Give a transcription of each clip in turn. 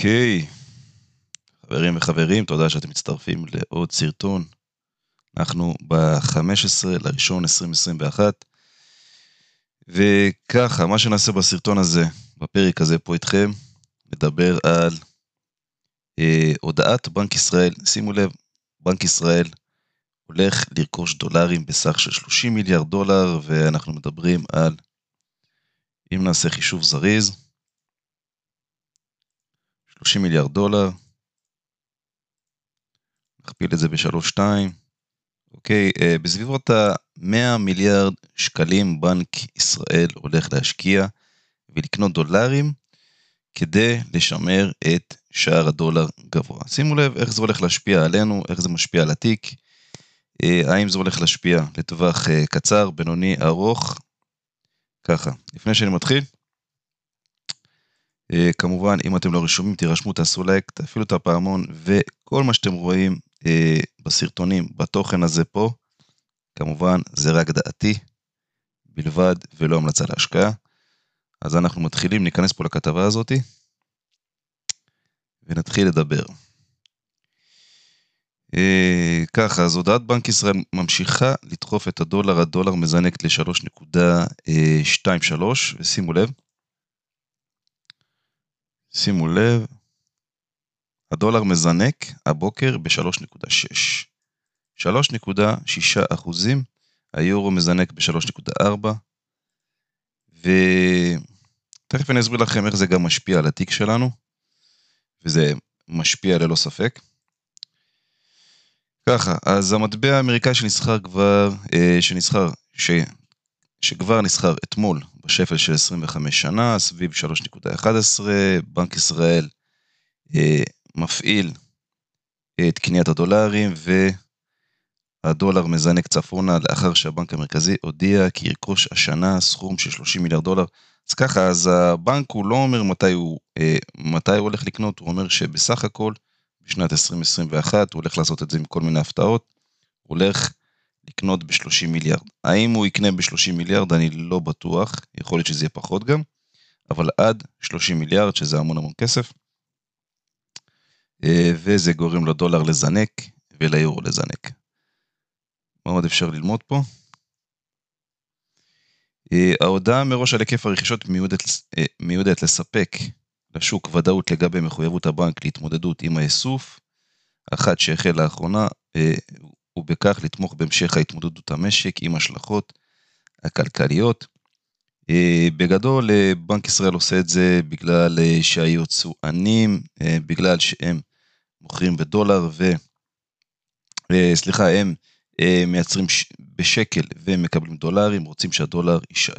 אוקיי, חברים וחברים, תודה שאתם מצטרפים לעוד סרטון. אנחנו ב-15 לראשון 2021, וככה, מה שנעשה בסרטון הזה, בפרק הזה פה איתכם, נדבר על הודעת בנק ישראל. שימו לב, בנק ישראל הולך לרכוש דולרים בסך של 30 מיליארד דולר, ואנחנו מדברים על, אם נעשה חישוב זריז, 30 מיליארד דולר, נכפיל את זה ב-3.2, אוקיי, בסביבות ה-100 מיליארד שקלים בנק ישראל הולך להשקיע ולקנות דולרים כדי לשמר את שער הדולר גבוה. שימו לב איך זה הולך להשפיע עלינו, איך זה משפיע על התיק, האם זה הולך להשפיע לטווח קצר, בינוני, ארוך. ככה, לפני שאני מתחיל, כמובן אם אתם לא רשומים תירשמו, תעשו לייק, תפעילו את הפעמון, וכל מה שאתם רואים בסרטונים, בתוכן הזה פה, כמובן זה רק דעתי בלבד ולא המלצה להשקעה. אז אנחנו מתחילים, ניכנס פה לכתבה הזאת ונתחיל לדבר. ככה, אז הודעת בנק ישראל ממשיכה לדחוף את הדולר, הדולר מזנק ל-3.23, ושימו לב, שימו לב, הדולר מזנק הבוקר ב-3.6, 3.6%, היורו מזנק ב-3.4, ותכף אני אסביר לכם איך זה גם משפיע על התיק שלנו, וזה משפיע ללא ספק. ככה, אז המטבע האמריקאי שכבר נסחר אתמול בשפל של 25 שנה, סביב 3.11, בנק ישראל מפעיל את קניית הדולרים, והדולר מזנק צפונה לאחר שהבנק המרכזי הודיע כי ירכוש השנה סכום של 30 מיליארד דולר. אז ככה, אז הבנק הוא לא אומר מתי הוא הולך לקנות, הוא אומר שבסך הכל בשנת 2021 הוא הולך לעשות את זה עם כל מיני הפתעות, הוא הולך לקנות ב-30 מיליארד. האם הוא יקנה ב-30 מיליארד? אני לא בטוח, יכול להיות שזה יהיה פחות גם, אבל עד 30 מיליארד, שזה המון המון כסף, וזה גורם לדולר לזנק וליורו לזנק. מה עוד אפשר ללמוד פה? ההודעה מראש על היקף הרכישות מיועדת לספק לשוק ודאות לגבי מחויבות הבנק להתמודדות עם האיסוף, אחת שהחל לאחרונה, ובכך לתמוך בהמשך ההתמודדות המשק עם השלכות הכלכליות. בגדול, בנק ישראל עושה את זה בגלל שהיצואנים, בגלל שהם מוכרים בדולר הם מייצרים בשקל ומקבלים דולרים, רוצים שהדולר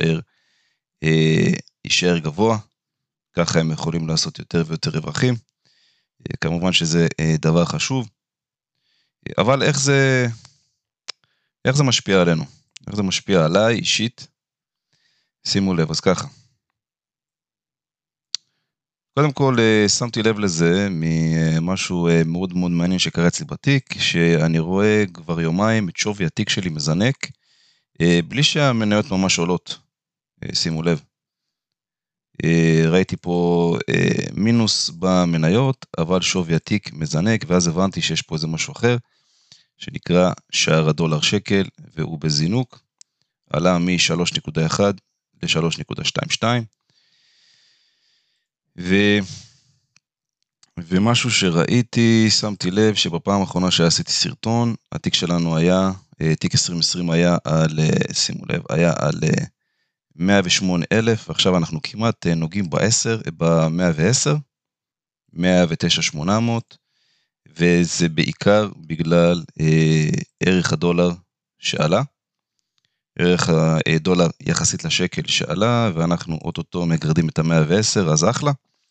יישאר גבוה, ככה הם יכולים לעשות יותר ויותר רווחים. כמובן שזה דבר חשוב, אבל איך זה משפיע עלינו? איך זה משפיע עליי אישית? שימו לב, אז ככה. קודם כל, שמתי לב לזה ממשהו מאוד מאוד מעניין שקרה אצלי בתיק, שאני רואה כבר יומיים את שווי התיק שלי מזנק, בלי שהמניות ממש עולות. שימו לב. ראיתי פה מינוס במניות, אבל שווי התיק מזנק, ואז הבנתי שיש פה איזה משהו אחר, שנקרא שער הדולר שקל, והוא בזינוק, עלה מ-3.1 ל-3.22, ומשהו שראיתי, שמתי לב שבפעם האחרונה שעשיתי סרטון, התיק שלנו היה, תיק 2020 היה על, שימו לב, היה על 108,000, ועכשיו אנחנו כמעט נוגעים ב-110, 109,800, וזה בעיקר בגלל ערך הדולר שעלה, ערך הדולר יחסית לשקל שעלה, ואנחנו אוטוטו מגרדים את ה-110, אז אחלה.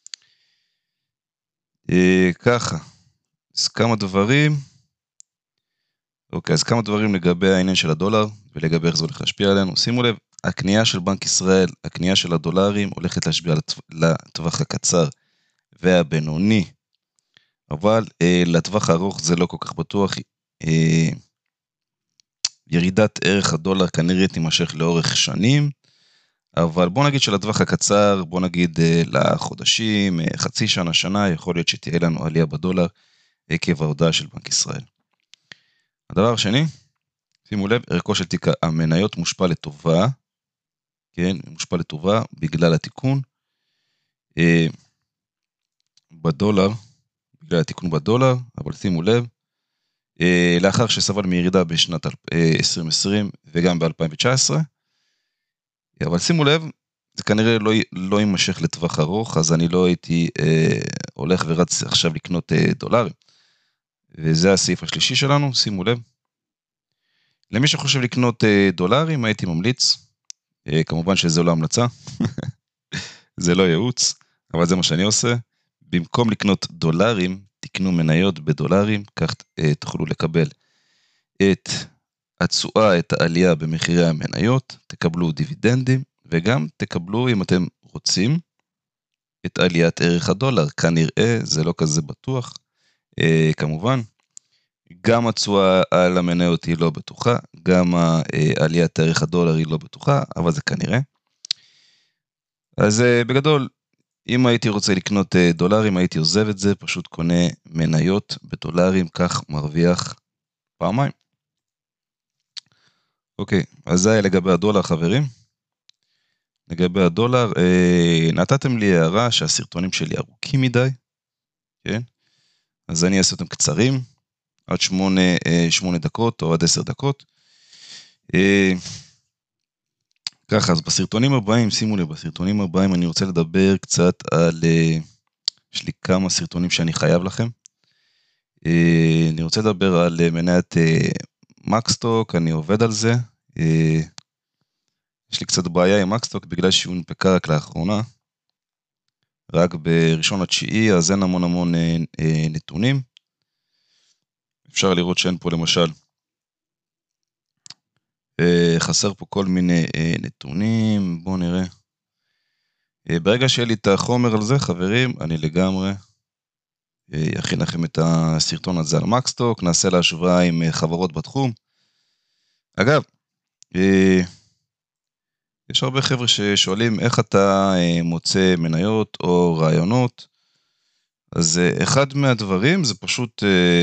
ככה, אז כמה דברים, אוקיי, אז כמה דברים לגבי העניין של הדולר, ולגבי איך זה הולך להשפיע עלינו. שימו לב, הקנייה של בנק ישראל, הקנייה של הדולרים, הולכת להשפיע לטווח הקצר והבינוני, אבל לטווח הארוך זה לא כל כך בטוח. ירידת ערך הדולר כנראה תימשך לאורך שנים, אבל בוא נגיד שלטווח הקצר, בוא נגיד לחודשים, חצי שנה, שנה, יכול להיות שתהיה לנו עלייה בדולר עקב ההודעה של בנק ישראל. הדבר השני, שימו לב, ערכו של תיק המניות מושפע לטובה, כן, מושפע לטובה בגלל התיקון בדולר, בגלל התיקון בדולר, אבל שימו לב, לאחר שסבל מירידה בשנת 2020 וגם ב-2019, אבל שימו לב, זה כנראה לא יימשך לטווח ארוך, אז אני לא הייתי הולך ורץ עכשיו לקנות דולרים. וזה הסעיף השלישי שלנו, שימו לב. למי שחושב לקנות דולרים, הייתי ממליץ, כמובן שזה לא המלצה, זה לא ייעוץ, אבל זה מה שאני עושה. במקום לקנות דולרים, תקנו מניות בדולרים, כך תוכלו לקבל את התשואה, את העלייה במחירי המניות, תקבלו דיבידנדים, וגם תקבלו, אם אתם רוצים, את עליית ערך הדולר. כנראה, זה לא כזה בטוח, כמובן. גם התשואה על המניות היא לא בטוחה, גם עליית ערך הדולר היא לא בטוחה, אבל זה כנראה. אז בגדול, אם הייתי רוצה לקנות דולרים, הייתי עוזב את זה, פשוט קונה מניות בדולרים, כך מרוויח פעמיים. אוקיי, אז זה היה לגבי הדולר, חברים. לגבי הדולר, נתתם לי הערה שהסרטונים שלי ארוכים מדי, כן? אז אני אעשה אותם קצרים, עד 8 דקות או עד 10 דקות. ככה, אז בסרטונים הבאים, שימו לב, בסרטונים הבאים אני רוצה לדבר קצת על, יש לי כמה סרטונים שאני חייב לכם. אני רוצה לדבר על מניית מקסטוק, אני עובד על זה. יש לי קצת בעיה עם מקסטוק בגלל שהוא הונפקה רק לאחרונה. רק ב1/9, אז אין המון נתונים. אפשר לראות שאין פה למשל, חסר פה כל מיני נתונים, בואו נראה. ברגע שיהיה לי את החומר על זה, חברים, אני לגמרי אכין לכם את הסרטון הזה על מקסטוק, נעשה להשוואה עם חברות בתחום. אגב, יש הרבה חבר'ה ששואלים איך אתה מוצא מניות או רעיונות, אז אחד מהדברים זה פשוט,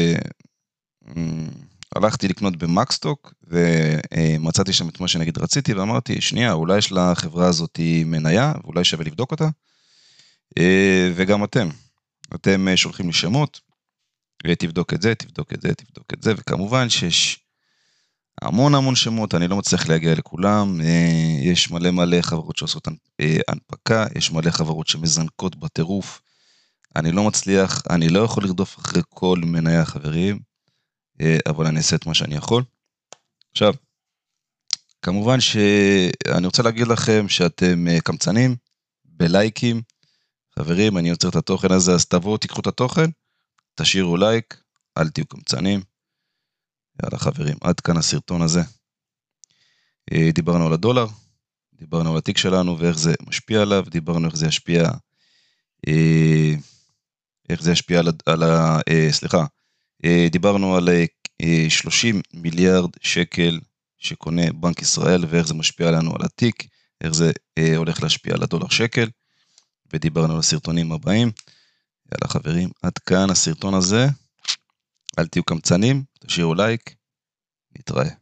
הלכתי לקנות במקסטוק, ומצאתי שם את מה שנגיד רציתי, ואמרתי, שנייה, אולי יש לחברה הזאת מניה, ואולי שווה לבדוק אותה, וגם אתם שולחים לי שמות, תבדוק את זה, תבדוק את זה, תבדוק את זה, וכמובן שיש המון שמות, אני לא מצליח להגיע לכולם, יש מלא חברות שעושות הנפקה, יש מלא חברות שמזנקות בטירוף, אני לא מצליח, אני לא יכול לרדוף אחרי כל מניה, חברים, אבל אני אעשה את מה שאני יכול. עכשיו, כמובן שאני רוצה להגיד לכם שאתם קמצנים, בלייקים, חברים, אני יוצר את התוכן הזה, אז תבואו, תיקחו את התוכן, תשאירו לייק, אל תהיו קמצנים. יאללה חברים, עד כאן הסרטון הזה. דיברנו על הדולר, דיברנו על התיק שלנו ואיך זה משפיע עליו, דיברנו איך זה ישפיע, דיברנו על 30 מיליארד שקל שקונה בנק ישראל ואיך זה משפיע לנו על התיק, איך זה הולך להשפיע על הדולר שקל, ודיברנו על הסרטונים הבאים. יאללה חברים, עד כאן הסרטון הזה, אל תהיו קמצנים, תשאירו לייק, נתראה.